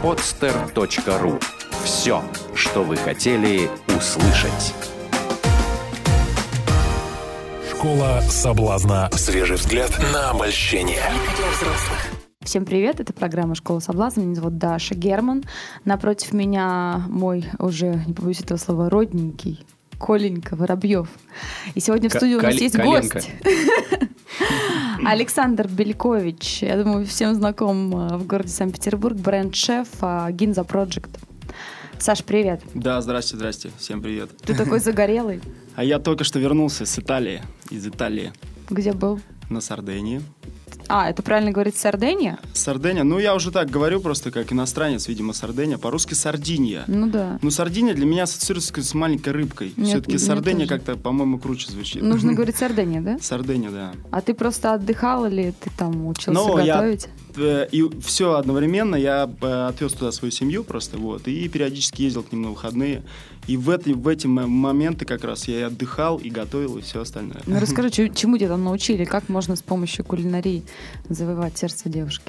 podster.ru. Все, что вы хотели услышать. Школа соблазна. Свежий взгляд на обольщение. Всем привет, это программа «Школа соблазна». Меня зовут Даша Герман. Напротив меня мой, уже не побоюсь этого слова, родненький Коленька Воробьев. И сегодня в студии у нас есть гость. Александр Белькович. Я думаю, всем знаком в городе Санкт-Петербург. Бренд-шеф Гинза Project. Саш, привет. Да, здрасте. Всем привет. Ты такой загорелый. А я только что вернулся из Италии. Где был? На Сардинии. Это правильно говорить Сардиния? Сардиния, я уже так говорю просто как иностранец, видимо, Сардиния. По-русски Сардинья. Ну да. Сардиния для меня ассоциируется с маленькой рыбкой. Все-таки Сардиния как-то, по-моему, круче звучит. Нужно говорить Сардиния, да? Сардиния, да. А ты просто отдыхал или ты там учился готовить? И все одновременно. Я отвез туда свою семью просто, и периодически ездил к ним на выходные. И в эти моменты как раз я и отдыхал, и готовил, и все остальное. Расскажи, чему тебя там научили? Как можно с помощью кулинарии завоевать сердце девушки?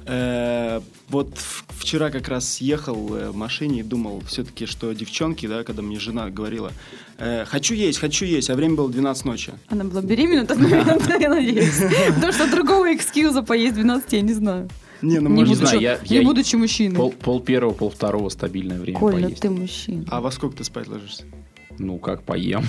Вчера как раз ехал в машине и думал все-таки, что девчонки, да, когда мне жена говорила, хочу есть, а время было 12 ночи. Она была беременна в тот момент, я надеюсь. Потому что другого экскьюза поесть 12 я не знаю. Не будучи мужчиной. Пол первого, пол второго стабильное время Коль, поесть. ты мужчина. А во сколько ты спать ложишься? Как поем.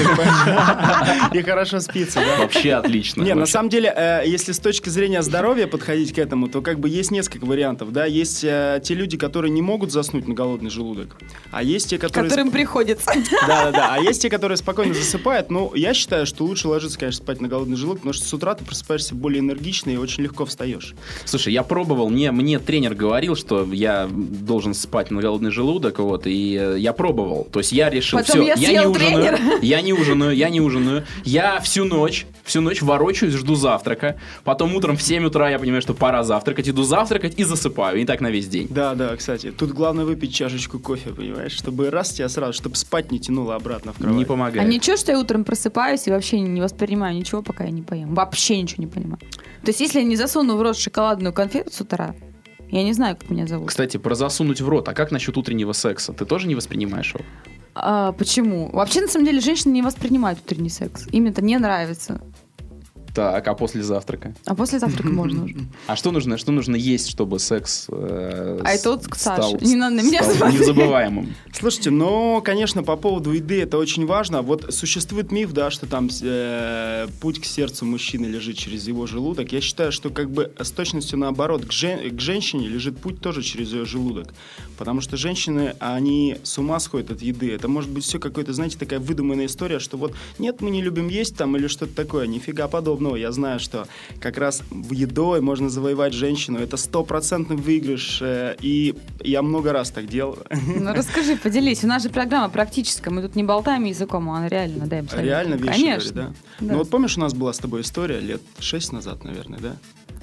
И хорошо спится, да? Вообще отлично. На самом деле, если с точки зрения здоровья подходить к этому, то есть несколько вариантов, да? Есть те люди, которые не могут заснуть на голодный желудок, а есть те, которые... Которым приходится. Да, а есть те, которые спокойно засыпают. Я считаю, что лучше ложиться, конечно, спать на голодный желудок, потому что с утра ты просыпаешься более энергичный и очень легко встаешь. Слушай, я пробовал, мне тренер говорил, что я должен спать на голодный желудок, и я пробовал. То есть я решил, все, я не ужинаю. Я всю ночь ворочаюсь, жду завтрака. Потом утром в 7 утра я понимаю, что пора завтракать. Иду завтракать и засыпаю. И так на весь день. Да, кстати. Тут главное выпить чашечку кофе, понимаешь? Чтобы тебя сразу, чтобы спать не тянуло обратно в кровать. Не помогает. А ничего, что я утром просыпаюсь и вообще не воспринимаю ничего, пока я не поем? Вообще ничего не понимаю. То есть если я не засуну в рот шоколадную конфету с утра, я не знаю, как меня зовут. Кстати, про засунуть в рот. А как насчет утреннего секса? Ты тоже не воспринимаешь его? Почему? Вообще, на самом деле, женщины не воспринимают утренний секс. Им это не нравится. Так, а после завтрака? А после завтрака можно уже. А что нужно есть, чтобы секс это Саша. Не надо на меня стал незабываемым? Слушайте, конечно, по поводу еды это очень важно. Существует миф, да, что там путь к сердцу мужчины лежит через его желудок. Я считаю, что с точностью наоборот, к женщине лежит путь тоже через ее желудок. Потому что женщины, они с ума сходят от еды. Это может быть все какое-то, знаете, такая выдуманная история, что нет, мы не любим есть там или что-то такое. Нифига подобного. Я знаю, что как раз едой можно завоевать женщину. Это 100% выигрыш. И я много раз так делал. Расскажи, поделись. У нас же программа практическая. Мы тут не болтаем языком, а она реально, да, абсолютно. Реально вещи, конечно, говорит, да? Помнишь, у нас была с тобой история лет 6 назад, наверное, да?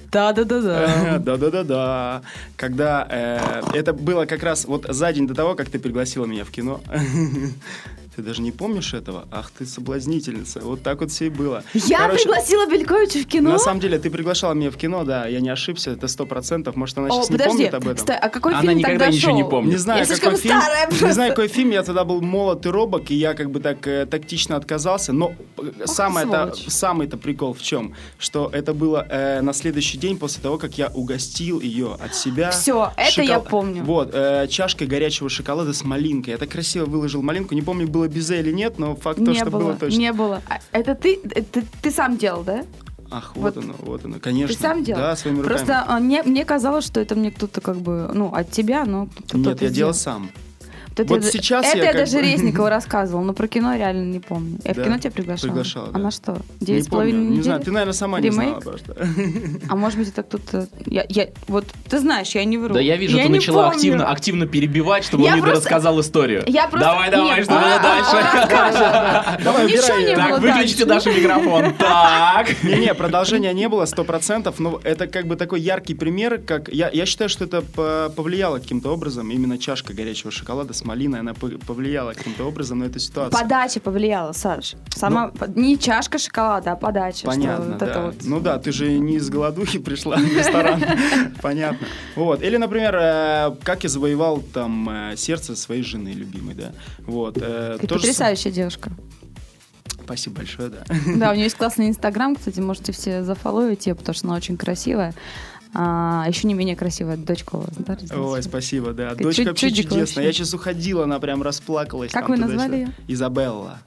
Да. Да. Когда это было как раз за день до того, как ты пригласила меня в кино. Ты даже не помнишь этого? Ах, ты соблазнительница. Вот так все и было. Я пригласила Бельковича в кино? На самом деле, ты приглашала меня в кино, да, я не ошибся, это 100%. Может, она сейчас не помнит об этом? А какой она фильм никогда тогда ничего шел? не помнит. Не знаю, какой фильм. Не знаю, какой фильм. Я тогда был молод и робок, и я так тактично отказался. Но самый-то прикол в чем? Что это было на следующий день после того, как я угостил ее от себя. Все, это я помню. Чашкой горячего шоколада с малинкой. Я так красиво выложил малинку. Не помню, было безе или нет, но факт то, что было точно. Не было. Это ты сам делал, да? Ах, вот оно, конечно. Ты сам делал? Да, своими руками. Просто мне казалось, что это мне кто-то от тебя, но кто-то Нет, я делал сам. Сейчас я даже Резникову рассказывал, но про кино реально не помню. Я в кино тебя приглашала? А на что? 9,5 недели? Не знаю, ты, наверное, сама не знала просто. А может быть, это кто-то... Ты знаешь, я не вру. Да, я вижу, ты начала активно перебивать, чтобы он мне рассказал историю. Давай, что было дальше? Так, выключите Дашу микрофон. Так. Не, продолжения не было 100%, но это такой яркий пример, как... Я считаю, что это повлияло каким-то образом, именно чашка горячего шоколада с малиной, она повлияла каким-то образом на эту ситуацию. Подача повлияла, Саш. Сама не чашка шоколада, а подача. Понятно, что да. Вот... Ну да, ты же не из голодухи пришла в ресторан. Понятно. Вот. Или, например, как я завоевал там сердце своей жены любимой, да. Вот. Ты потрясающая девушка. Спасибо большое, да. Да, у нее есть классный инстаграм, кстати, можете все зафолловить ее, потому что она очень красивая. Еще не менее красивая дочка у вас, да? Ой, спасибо, да. Дочка вообще чудесная. Я сейчас уходила, она прям расплакалась. Как вы назвали ее? Изабелла.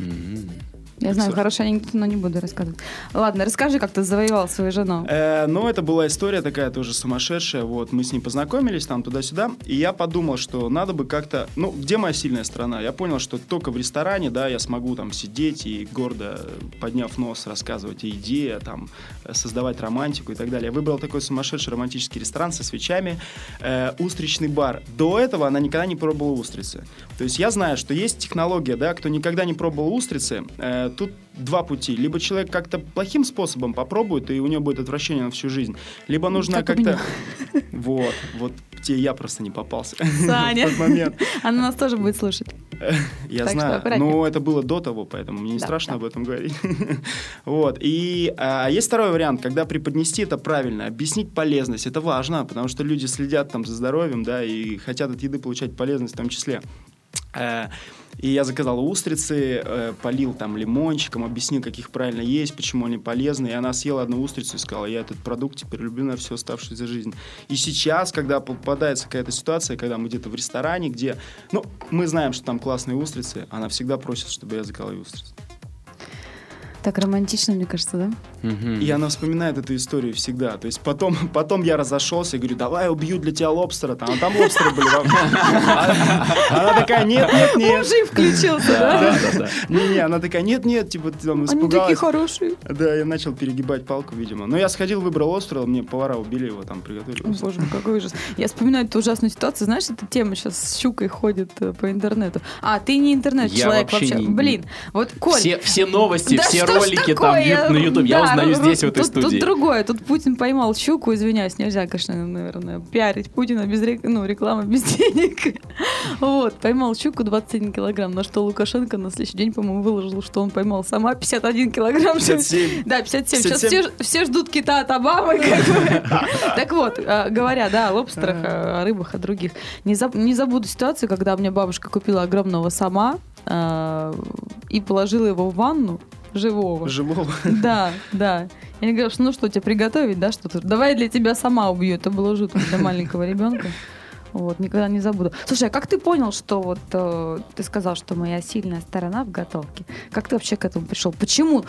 Я знаю, хороший анекдот, но не буду рассказывать. Ладно, расскажи, как ты завоевал свою жену. Ну, это была история такая тоже сумасшедшая. Вот, мы с ней познакомились там туда-сюда, и я подумал, что надо бы как-то... Ну, где моя сильная сторона? Я понял, что только в ресторане, да, я смогу там сидеть и гордо, подняв нос, рассказывать о еде, там, создавать романтику и так далее. Я выбрал такой сумасшедший романтический ресторан со свечами, устричный бар. До этого она никогда не пробовала устрицы. То есть я знаю, что есть технология, да, кто никогда не пробовал устрицы, тут два пути. Либо человек как-то плохим способом попробует, и у него будет отвращение на всю жизнь. Либо нужно как-то... Вот тебе я просто не попался. Саня. В тот момент. Она нас тоже будет слушать. Я знаю. Но это было до того, поэтому мне не страшно об этом говорить. Вот. И есть второй вариант, когда преподнести это правильно, объяснить полезность. Это важно, потому что люди следят там за здоровьем, да, и хотят от еды получать полезность в том числе. И я заказал устрицы, полил там лимончиком, объяснил, как их правильно есть, почему они полезны. И она съела одну устрицу и сказала: я этот продукт теперь люблю на всю оставшуюся жизнь. И сейчас, когда попадается какая-то ситуация, когда мы где-то в ресторане, где... Ну, мы знаем, что там классные устрицы, она всегда просит, чтобы я заказал ей устрицы. Так романтично, мне кажется, да? И она вспоминает эту историю всегда. То есть потом я разошелся и говорю: давай убью для тебя лобстера. А там лобстеры были. Она такая: нет. Мужик включился, да? Не, она такая: нет, типа ты там испугалась. Они такие хорошие. Да, я начал перегибать палку, видимо. Но я сходил, выбрал лобстера, мне повара убили его, там приготовили. Боже мой, какой ужас. Я вспоминаю эту ужасную ситуацию. Знаешь, эта тема сейчас с щукой ходит по интернету. Ты не интернет-человек вообще. Блин, вот, Коль. Все новости, все ролики там на YouTube. Я узнаю здесь, в этой студии. Тут другое. Тут Путин поймал щуку, извиняюсь, нельзя, конечно, наверное, пиарить Путина без рекламы, без денег. Вот, поймал щуку 21 килограмм, на что Лукашенко на следующий день, по-моему, выложил, что он поймал сама 51 килограмм. 57. Да, 57. Сейчас все ждут кита от Обамы. Так вот, говоря, да, о лобстерах, о рыбах, о других. Не забуду ситуацию, когда у меня бабушка купила огромного сома и положила его в ванну. Живого. Да. Я не говорю, ну что, тебе приготовить, да, что-то? Давай я для тебя сама убью. Это было жутко для маленького ребенка. Вот, никогда не забуду. Слушай, а как ты понял, что вот ты сказал, что моя сильная сторона в готовке? Как ты вообще к этому пришел? Почему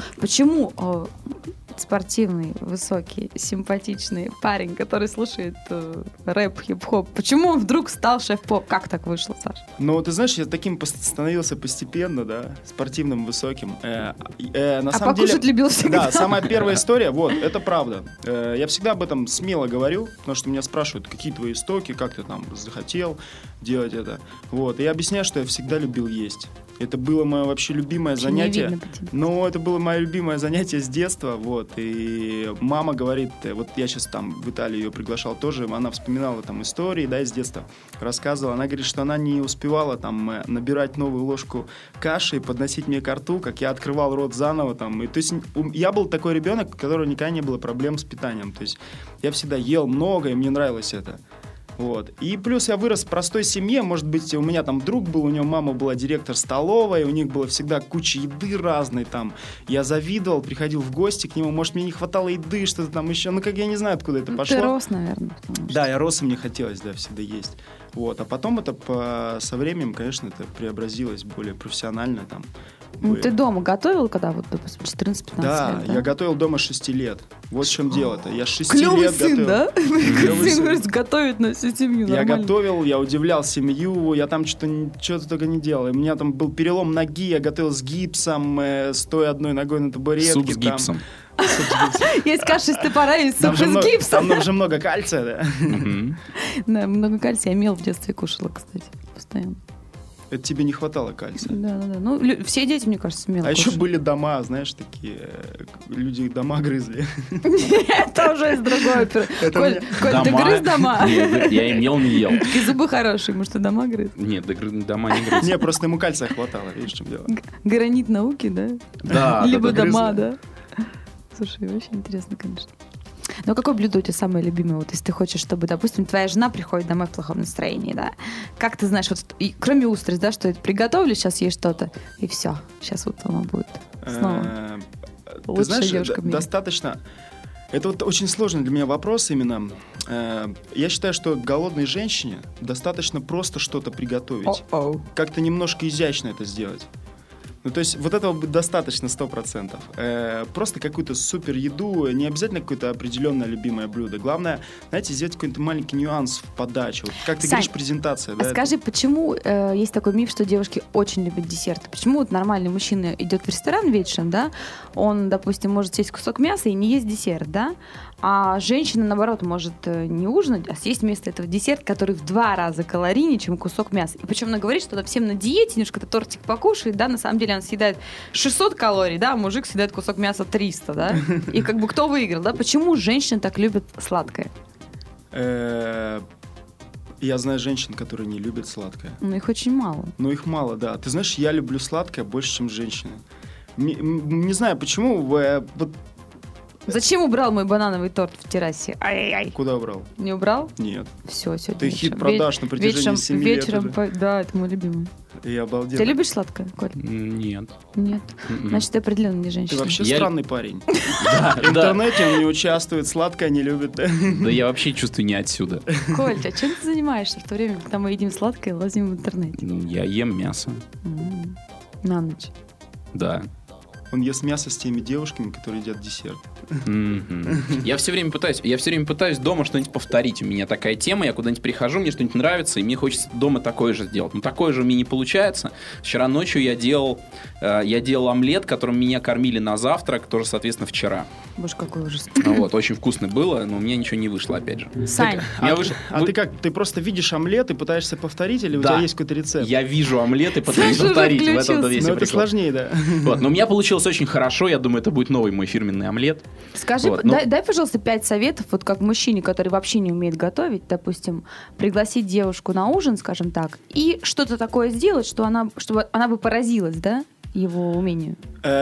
спортивный, высокий, симпатичный парень, который слушает рэп, хип-хоп, почему он вдруг стал шеф-поп? Как так вышло, Саша? Ну, ты знаешь, я таким становился постепенно, да, спортивным, высоким. На самом покушать деле, любил всегда. Да, самая первая история, вот, это правда. Я всегда об этом смело говорю, потому что меня спрашивают, какие твои истоки, как ты там захотел делать это. Вот, и я объясняю, что я всегда любил есть. Это было мое вообще любимое занятие. Но это было мое любимое занятие с детства. Вот. И мама говорит, вот я сейчас там в Италию ее приглашал тоже, она вспоминала там истории, да, из детства, рассказывала. Она говорит, что она не успевала там набирать новую ложку каши и подносить мне ко рту, как я открывал рот заново там. И, то есть я был такой ребенок, у которого никогда не было проблем с питанием. То есть я всегда ел много, и мне нравилось это. Вот. И плюс я вырос в простой семье, может быть, у меня там друг был, у него мама была директор столовой, у них было всегда куча еды разной там. Я завидовал, приходил в гости к нему, может, мне не хватало еды, что-то там еще, ну, как я не знаю, откуда это пошло. Ты рос, наверное. Да, я рос, и мне хотелось, да, всегда есть. Вот. А потом это со временем, конечно, это преобразилось более профессионально там. Ты дома готовил, когда вот, допустим, 14-15 лет? Да, я готовил дома 6 лет. Вот в чем дело-то. Я 6 Клёвый лет сын, готовил. Да? Клёвый сын готовит на всю семью. Я нормально. готовил, я удивлял семью, я там что-то только не делал. У меня там был перелом ноги, я готовил с гипсом, стоя одной ногой на табуретке. Суп с гипсом. Есть каша из топора и суп из гипса. Там уже много кальция, да? Да, много кальция. Я мел в детстве кушала, кстати, постоянно. Это тебе не хватало кальция. Да. Ну, все дети, мне кажется, смело еще были дома, знаешь, такие, люди дома грызли. Это уже из другой оперы. Коль, ты грыз дома? Нет, я имел, не ел. И зубы хорошие, может, ты дома грыз? Нет, дома не грыз. Не, просто ему кальция хватало, видишь, в чем дело. Гранит науки, да? Да. Либо дома, да? Слушай, очень интересно, конечно. Но какое блюдо у тебя самое любимое? Вот если ты хочешь, чтобы, допустим, твоя жена приходит домой в плохом настроении, да? Как ты знаешь, вот и, кроме устриц, да, что это приготовлю сейчас ей что-то, и все. Сейчас вот она будет снова. Ты знаешь, достаточно... Это вот очень сложный для меня вопрос именно. Я считаю, что голодной женщине достаточно просто что-то приготовить. Как-то немножко изящно это сделать. Ну, то есть вот этого достаточно 100%. Просто какую-то супер еду, не обязательно какое-то определенное любимое блюдо. Главное, знаете, сделать какой-то маленький нюанс в подаче. Вот, как ты говоришь, презентация. Да, скажи, почему есть такой миф, что девушки очень любят десерты? Почему вот нормальный мужчина идет в ресторан вечером, да, он, допустим, может съесть кусок мяса и не есть десерт, да, а женщина, наоборот, может не ужинать, а съесть вместо этого десерт, который в 2 раза калорийнее, чем кусок мяса. И причем она говорит, что она всем на диете, немножко тортик покушает, да, на самом деле она съедает 600 калорий, да, а мужик съедает кусок мяса 300, да. И как бы кто выиграл, да? Почему женщины так любят сладкое? Я знаю женщин, которые не любят сладкое. Ну, их очень мало. Ну, их мало, да. Ты знаешь, я люблю сладкое больше, чем женщины. Не знаю, почему. Вот... Зачем убрал мой банановый торт в террасе? Ай-яй-яй. Куда убрал? Не убрал? Нет. Все, сегодня ты хит продашь на протяжении 7 лет. Вечером, да, это мой любимый. И обалденно. Ты любишь сладкое, Коль? Нет. Нет? Значит, ты определенно не женщина. Ты вообще странный парень. В интернете он не участвует, сладкое не любит. Да я вообще чувствую не отсюда. Коль, а чем ты занимаешься в то время, когда мы едим сладкое и лазим в интернете? Я ем мясо. На ночь? Да. Он ест мясо с теми девушками, которые едят десерт. Я все время пытаюсь дома что-нибудь повторить. У меня такая тема, я куда-нибудь прихожу, мне что-нибудь нравится, и мне хочется дома такое же сделать. Но такое же у меня не получается. Вчера ночью я делал омлет, которым меня кормили на завтрак, тоже, соответственно, вчера. Боже, какой ужас. Вот, очень вкусно было, но у меня ничего не вышло, опять же. Сань. Ты как? Ты просто видишь омлет и пытаешься повторить, или у тебя есть какой-то рецепт? Я вижу омлет и пытаюсь повторить. В этом-то весь прикол. Это сложнее, да. Вот, но у меня получилось очень хорошо. Я думаю, это будет новый мой фирменный омлет. Скажи, вот, дай, пожалуйста, 5 советов, вот как мужчине, который вообще не умеет готовить, допустим, пригласить девушку на ужин, скажем так, и что-то такое сделать, чтобы она бы поразилась, да, его умению.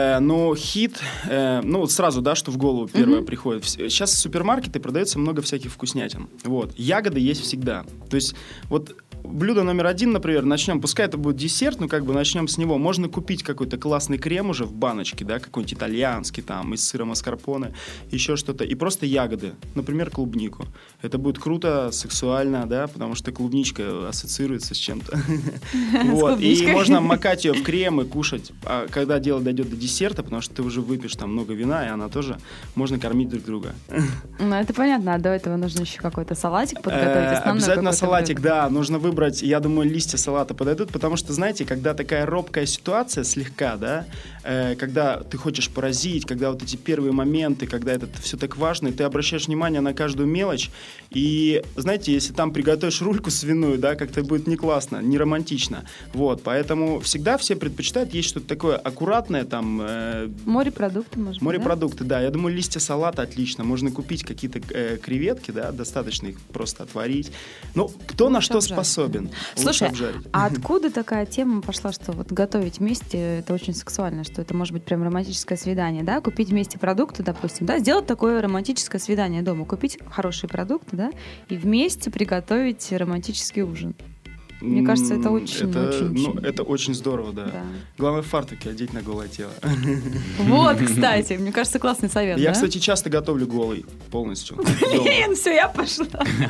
Хит, вот сразу, да, что в голову первое приходит. Сейчас в супермаркете продается много всяких вкуснятин. Вот. Ягоды есть всегда. То есть, вот блюдо номер 1, например, начнем, пускай это будет десерт, но как бы начнем с него. Можно купить какой-то классный крем уже в баночке, да, какой-нибудь итальянский, там, из сыра маскарпоне, еще что-то, и просто ягоды, например, клубнику. Это будет круто, сексуально, да, потому что клубничка ассоциируется с чем-то. Вот, и можно макать ее в крем и кушать, а когда дело дойдет до десерта, потому что ты уже выпьешь там много вина, и она тоже, можно кормить друг друга. Ну, это понятно, а до этого нужно еще какой-то салатик подготовить. Обязательно салатик, да, нужно выбрать, я думаю, листья салата подойдут, потому что, знаете, когда такая робкая ситуация слегка, да, когда ты хочешь поразить, когда вот эти первые моменты, когда это все так важно, и ты обращаешь внимание на каждую мелочь, и, знаете, если там приготовишь рульку свиную, да, как-то будет не классно, не романтично, вот, поэтому всегда все предпочитают есть что-то такое аккуратное, там... Морепродукты, может быть, Морепродукты, да, я думаю, листья салата отлично, можно купить какие-то креветки, да, достаточно их просто отварить, ну, кто на что способен. Слушай, а откуда такая тема пошла, что вот готовить вместе, это очень сексуально, что это может быть прям романтическое свидание, да, купить вместе продукты, допустим, да, сделать такое романтическое свидание дома, купить хорошие продукты, да, и вместе приготовить романтический ужин. Мне кажется, это очень. Это очень здорово, да. Главное, фартуки одеть на голое тело. Вот, кстати, мне кажется, классный совет. Я, кстати, часто готовлю голый полностью. Блин, все, я пошла.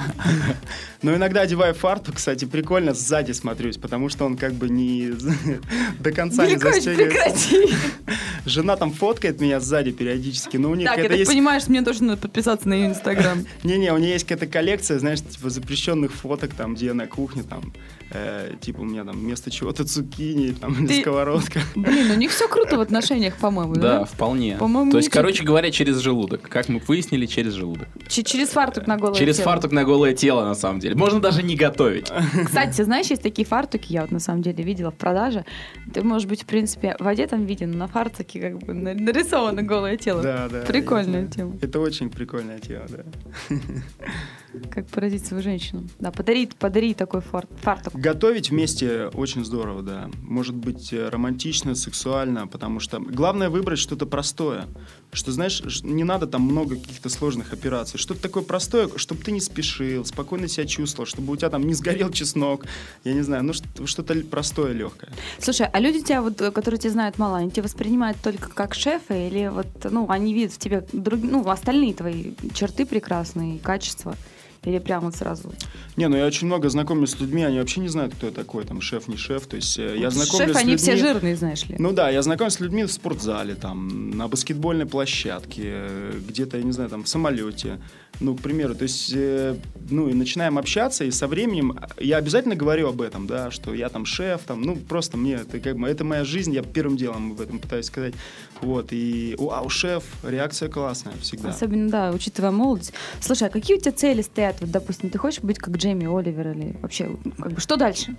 Но иногда одеваю фартук, кстати, прикольно сзади смотрюсь, потому что он как бы не до конца не застегивается. Прекрати. Жена там фоткает меня сзади периодически, но у них так, это ты есть... понимаешь, мне тоже надо подписаться на ее Инстаграм. Не-не, у нее есть какая-то коллекция, знаешь, типа запрещенных фоток, там, где я на кухне, там, типа у меня там вместо чего-то цукини, там, или сковородка. Блин, у них все круто в отношениях, по-моему, да? Да, вполне. По-моему, то есть, короче говоря, через желудок. Как мы выяснили, через желудок. Через фартук на голое тело. Через фартук на голое тело, на самом деле. Можно даже не готовить. Кстати, знаешь, есть такие фартуки, я вот на самом деле видела в продаже. Ты, может быть, в принципе, в одетом виде, но на фартуке как бы нарисовано голое тело. Да, да. Прикольная тема. Это очень прикольная тема, да. Как поразить свою женщину. Да, подари такой фартук. Готовить вместе очень здорово, да. Может быть романтично, сексуально, потому что главное выбрать что-то простое. Что, знаешь, не надо там много каких-то сложных операций. Что-то такое простое, чтобы ты не спешил, спокойно себя чувствовал, чтобы у тебя там не сгорел чеснок. Я не знаю, ну что-то простое, легкое. Слушай, а люди тебя, вот, которые тебя знают мало, они тебя воспринимают только как шефа или вот, ну, они видят в тебе остальные твои черты прекрасные, качества? Или прямо сразу? Не, ну я очень много знакомлюсь с людьми, они вообще не знают, кто я такой, там, шеф, не шеф. То есть я знакомлюсь с людьми... они все жирные, знаешь ли. Ну да, я знакомлюсь с людьми в спортзале, там, на баскетбольной площадке, где-то, я не знаю, там, в самолете. Ну, к примеру, то есть, ну, и начинаем общаться, и со временем я обязательно говорю об этом, да, что я там шеф, там, ну, просто мне, это как бы, это моя жизнь, я первым делом об этом пытаюсь сказать. Вот, и, вау, шеф, реакция классная всегда. Особенно, да, учитывая молодость. Слушай, а какие у тебя цели стоят? Вот, допустим, ты хочешь быть как Джейми Оливер или вообще, как бы, что дальше?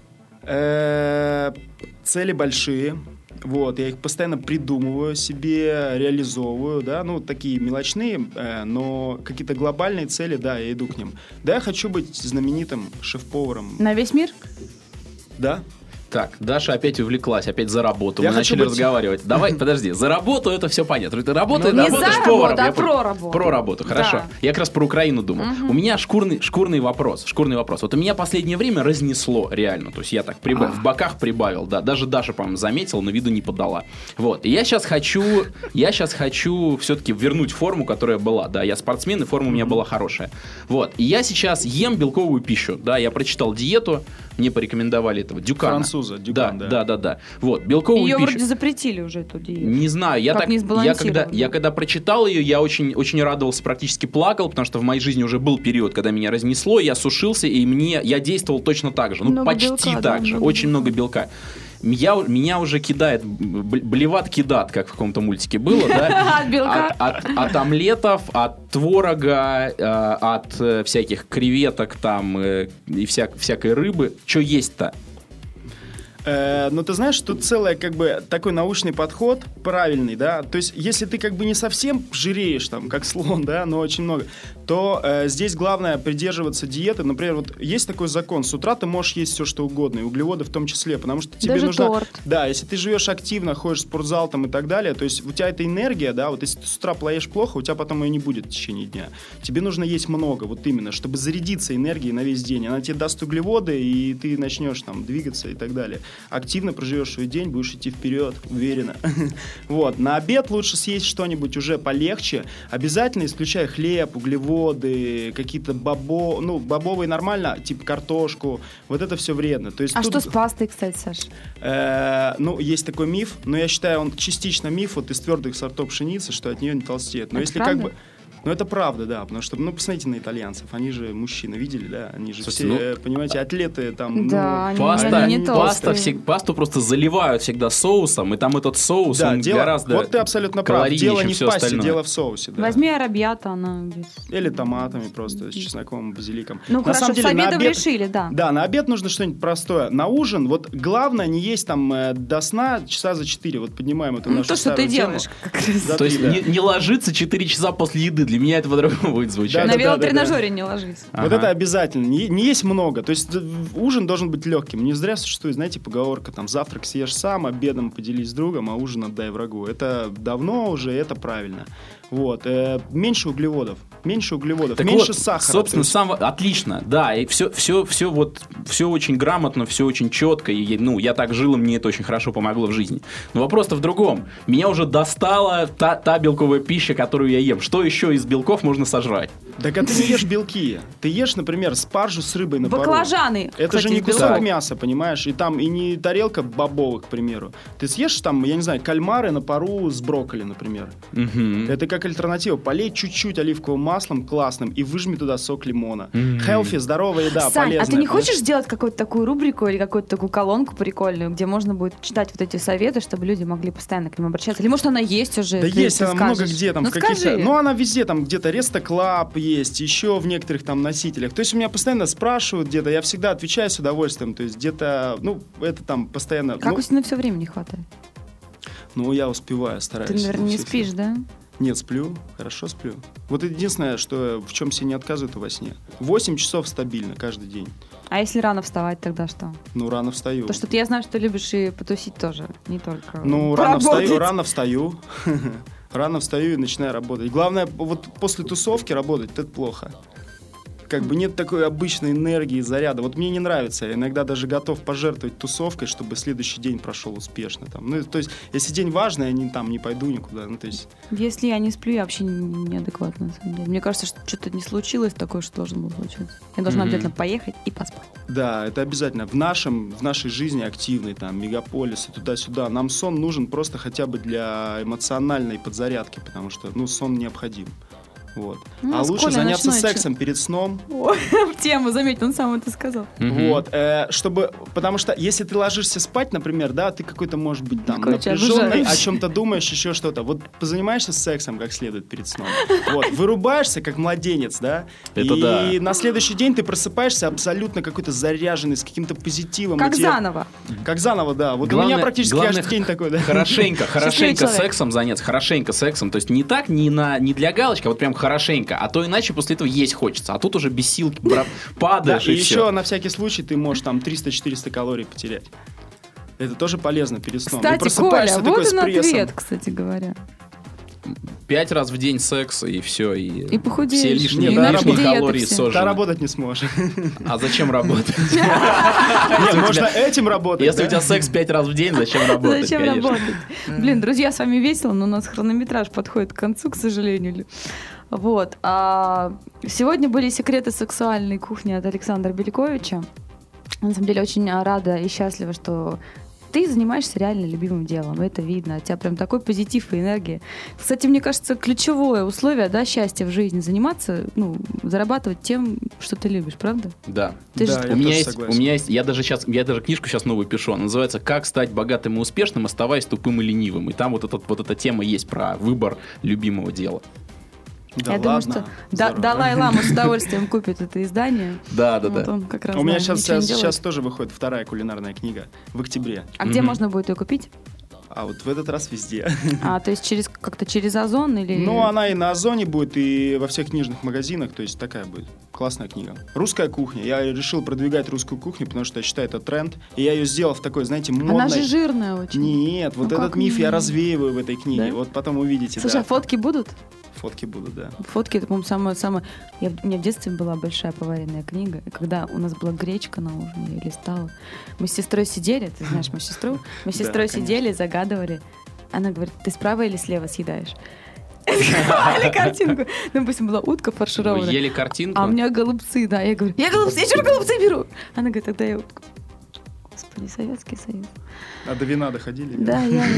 Цели большие. Вот, я их постоянно придумываю себе, реализовываю, да, ну, такие мелочные, но какие-то глобальные цели, да, я иду к ним. Да, я хочу быть знаменитым шеф-поваром. На весь мир? Да. Так, Даша опять увлеклась, опять за работу. Мы начали разговаривать. Давай, подожди, за работу это все понятно. Ты работаешь, работаешь поваром. Не за работу, а про работу. Про работу, хорошо. Да. Я как раз про Украину думал. У меня шкурный вопрос. Вот у меня последнее время разнесло реально. То есть я так в боках прибавил, да. Даже Даша, по-моему, заметила, но виду не подала. Вот. И я сейчас хочу все-таки вернуть форму, которая была. Да, я спортсмен, и форма у меня была хорошая. Вот. И я сейчас ем белковую пищу. Да, я прочитал диету, мне порекомендовали этого Дюкана. Француза, Дюкан, да. Вот, белковую ее пищу. Вроде запретили уже эту диету. Не знаю, я когда прочитал ее, я очень, очень радовался, практически плакал, потому что в моей жизни уже был период, когда меня разнесло, я сушился, и я действовал точно так же. Ну, много почти белка, так же. Очень много белка. Меня уже кидает, блеват-кидат, как в каком-то мультике было, да? От белка? От омлетов, от творога, от всяких креветок там и всякой рыбы. Что есть-то? Но ты знаешь, тут целый как бы такой научный подход, правильный, да, то есть если ты как бы не совсем жиреешь там, как слон, да, но очень много, то здесь главное придерживаться диеты. Например, вот есть такой закон, с утра ты можешь есть все, что угодно, и углеводы в том числе, потому что тебе даже нужно... торт. Да, если ты живешь активно, ходишь в спортзал там и так далее, то есть у тебя эта энергия, да, вот если ты с утра поешь плохо, у тебя потом ее не будет в течение дня. Тебе нужно есть много, вот именно, чтобы зарядиться энергией на весь день. Она тебе даст углеводы, и ты начнешь там двигаться и так далее. Активно проживешь свой день, будешь идти вперед, уверенно. Вот. На обед лучше съесть что-нибудь уже полегче. Обязательно исключая хлеб, углеводы, какие-то бобовые нормально, типа картошку. Вот это все вредно. То есть что с пастой, кстати, Саша? Есть такой миф, но я считаю, он частично миф вот из твердых сортов пшеницы, что от нее не толстеет. Но это если правда? как бы... Ну, это правда, да, потому что, посмотрите на итальянцев, они же мужчины, видели, да, они же все, понимаете, атлеты там, да, они не пасту просто заливают всегда соусом, и там этот соус, да, он гораздо вот ты абсолютно прав, дело не в пасте, остальное. Дело в соусе, да. Возьми аррабьята, она без... Или томатами просто, с чесноком, базиликом. Ну, на хорошо, самом деле, с обедом решили, да. Да, на обед нужно что-нибудь простое. На ужин, вот главное не есть там до сна часа за 4, вот поднимаем эту нашу старую тему. То, что ты делаешь. То есть не ложиться 4 часа после еды, для меня это по-другому будет звучать. На велотренажере не ложись. Вот это обязательно. Не есть много. То есть ужин должен быть легким. Не зря существует, знаете, поговорка, там, завтрак съешь сам, обедом поделись с другом, а ужин отдай врагу. Это давно уже, это правильно. Вот. Меньше углеводов, так меньше вот, сахара. Собственно, отлично, да, и все очень грамотно, все очень четко, и, я так жил, и мне это очень хорошо помогло в жизни. Но вопрос-то в другом. Меня уже достала та белковая пища, которую я ем. Что еще из белков можно сожрать? Так а ты не ешь белки. Ты ешь, например, спаржу с рыбой на пару. Баклажаны. Это кстати, же не кусок белок. мяса, понимаешь? И там и не тарелка бобовых, к примеру. Ты съешь там, я не знаю, кальмары на пару с брокколи, например. Это как альтернатива. Полей чуть-чуть оливковым маслом классным и выжми туда сок лимона. Healthy, здоровая еда, Сань, полезная. а ты не хочешь сделать какую-то такую рубрику или какую-то такую колонку прикольную, где можно будет читать вот эти советы, чтобы люди могли постоянно к ним обращаться? Или может она есть уже? Да есть, она скажешь? много где там. Ну, в каких-то, скажи. ну, она везде, там где-то Реста Клаб есть, еще в некоторых там носителях. То есть у меня постоянно спрашивают где-то, я всегда отвечаю с удовольствием. То есть где-то, это там постоянно... Как у тебя на все время не хватает? Ну, я успеваю, стараюсь. Ты, наверное, не спишь, да? Нет, сплю, хорошо сплю. Вот единственное, что в чем себе не отказывают во сне. 8 часов стабильно каждый день. А если рано вставать, тогда что? Ну, рано встаю. То, что я знаю, что ты любишь и потусить тоже, не только рано встаю. Рано встаю и начинаю работать. Главное, вот после тусовки работать, это плохо. Как бы нет такой обычной энергии, заряда. Вот мне не нравится. Я иногда даже готов пожертвовать тусовкой, чтобы следующий день прошел успешно. Там. Ну, то есть, если день важный, я не пойду никуда. Ну, то есть... Если я не сплю, я вообще неадекватна, на самом деле. Мне кажется, что что-то не случилось такое, что должно было случиться. Я должна обязательно поехать и поспать. Да, это обязательно. В нашей жизни активной, там, мегаполисы, туда-сюда, нам сон нужен просто хотя бы для эмоциональной подзарядки, потому что, сон необходим. Вот. А лучше заняться сексом перед сном. В тему, заметь, он сам это сказал. Вот, потому что если ты ложишься спать, например, да, ты какой-то, может быть, там напряженный, о чем-то думаешь, еще что-то. Вот позанимаешься сексом как следует перед сном. Вот, вырубаешься как младенец, да, и на следующий день ты просыпаешься абсолютно какой-то заряженный, с каким-то позитивом. Как заново. Как заново, да. Вот у меня практически каждый день такой, да. Хорошенько сексом заняться, хорошенько сексом. То есть не так, не для галочки, а вот прям хорошенько, а то иначе после этого есть хочется, а тут уже без сил падаешь, и и еще на всякий случай ты можешь там 300-400 калорий потерять. Это тоже полезно перед сном. Кстати, Коля, вот он ответ, кстати говоря. 5 раз в день секса, и все, и похудеешь. все лишние калории сожжены. Ты работать не сможешь. А зачем работать? Можно этим работать. Если у тебя секс 5 раз в день, зачем работать? Зачем работать? Блин, друзья, с вами весело, но у нас хронометраж подходит к концу, к сожалению. Вот. Сегодня были секреты сексуальной кухни от Александра Бельковича. На самом деле очень рада и счастлива, что ты занимаешься реально любимым делом, это видно. У тебя прям такой позитив и энергия. Кстати, мне кажется, ключевое условие, счастья в жизни — заниматься, зарабатывать тем, что ты любишь, правда? Да. У меня есть, я даже книжку сейчас новую пишу, она называется «Как стать богатым и успешным, оставаясь тупым и ленивым». И там вот эта тема есть про выбор любимого дела. Да, я думаю, что Далай-Лама с удовольствием купит это издание. Да. Вот он как раз, у меня сейчас тоже выходит вторая кулинарная книга в октябре. А где можно будет ее купить? А вот в этот раз везде. То есть как-то через Озон или... Ну, она и на Озоне будет, и во всех книжных магазинах, то есть такая будет классная книга. Русская кухня. Я решил продвигать русскую кухню, потому что я считаю, это тренд. И я ее сделал в такой, знаете, модной... Она же жирная очень. Нет, вот этот миф я развеиваю в этой книге. Да? Вот потом увидите. Слушай, а фотки будут? Фотки будут, да. Фотки — это, по-моему, самое... У меня в детстве была большая поваренная книга, и когда у нас была гречка на ужин, я ее листала. Мы с сестрой сидели, ты знаешь мою сестру? Мы с сестрой сидели, загадывали. Она говорит: ты справа или слева съедаешь? Или картинку. Допустим, была утка фаршированная. Вы ели картинку? А у меня голубцы, да. Я говорю: я что голубцы беру? Она говорит: тогда я утку. Господи, Советский Союз. А до вина доходили? Да,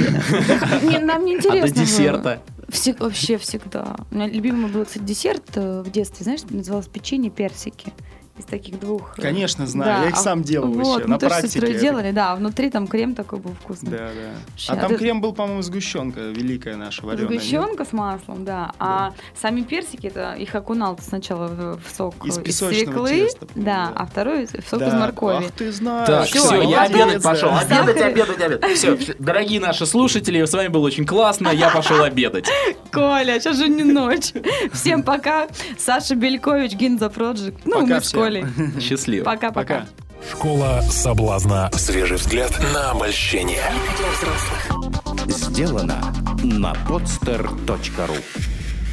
нам не интересно. А до десерта? Вообще всегда. У меня любимый был, кстати, десерт в детстве, знаешь, называлось печенье персики. Из таких двух. Конечно, знаю. Я их сам делал еще на практике. Мы тоже с сестрой делали, да. Внутри там крем такой был вкусный. Да. А там крем был, по-моему, сгущенка великая наша вареная. Сгущенка с маслом, да. А сами персики, это их окунал сначала в сок из свеклы, да, а второй в сок из моркови. Ах, ты знаешь. Так, все, я обедать пошел. Обедать. Все, дорогие наши слушатели, с вами было очень классно. Я пошел обедать. Коля, сейчас же не ночь. Всем пока. Саша Белькович, Гинза Project. Мы с Колей. Счастливо. Пока-пока. Школа соблазна. Свежий взгляд на обольщение. Сделано на podster.ru.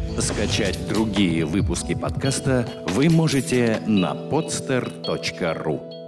Скачать другие выпуски подкаста вы можете на podster.ru.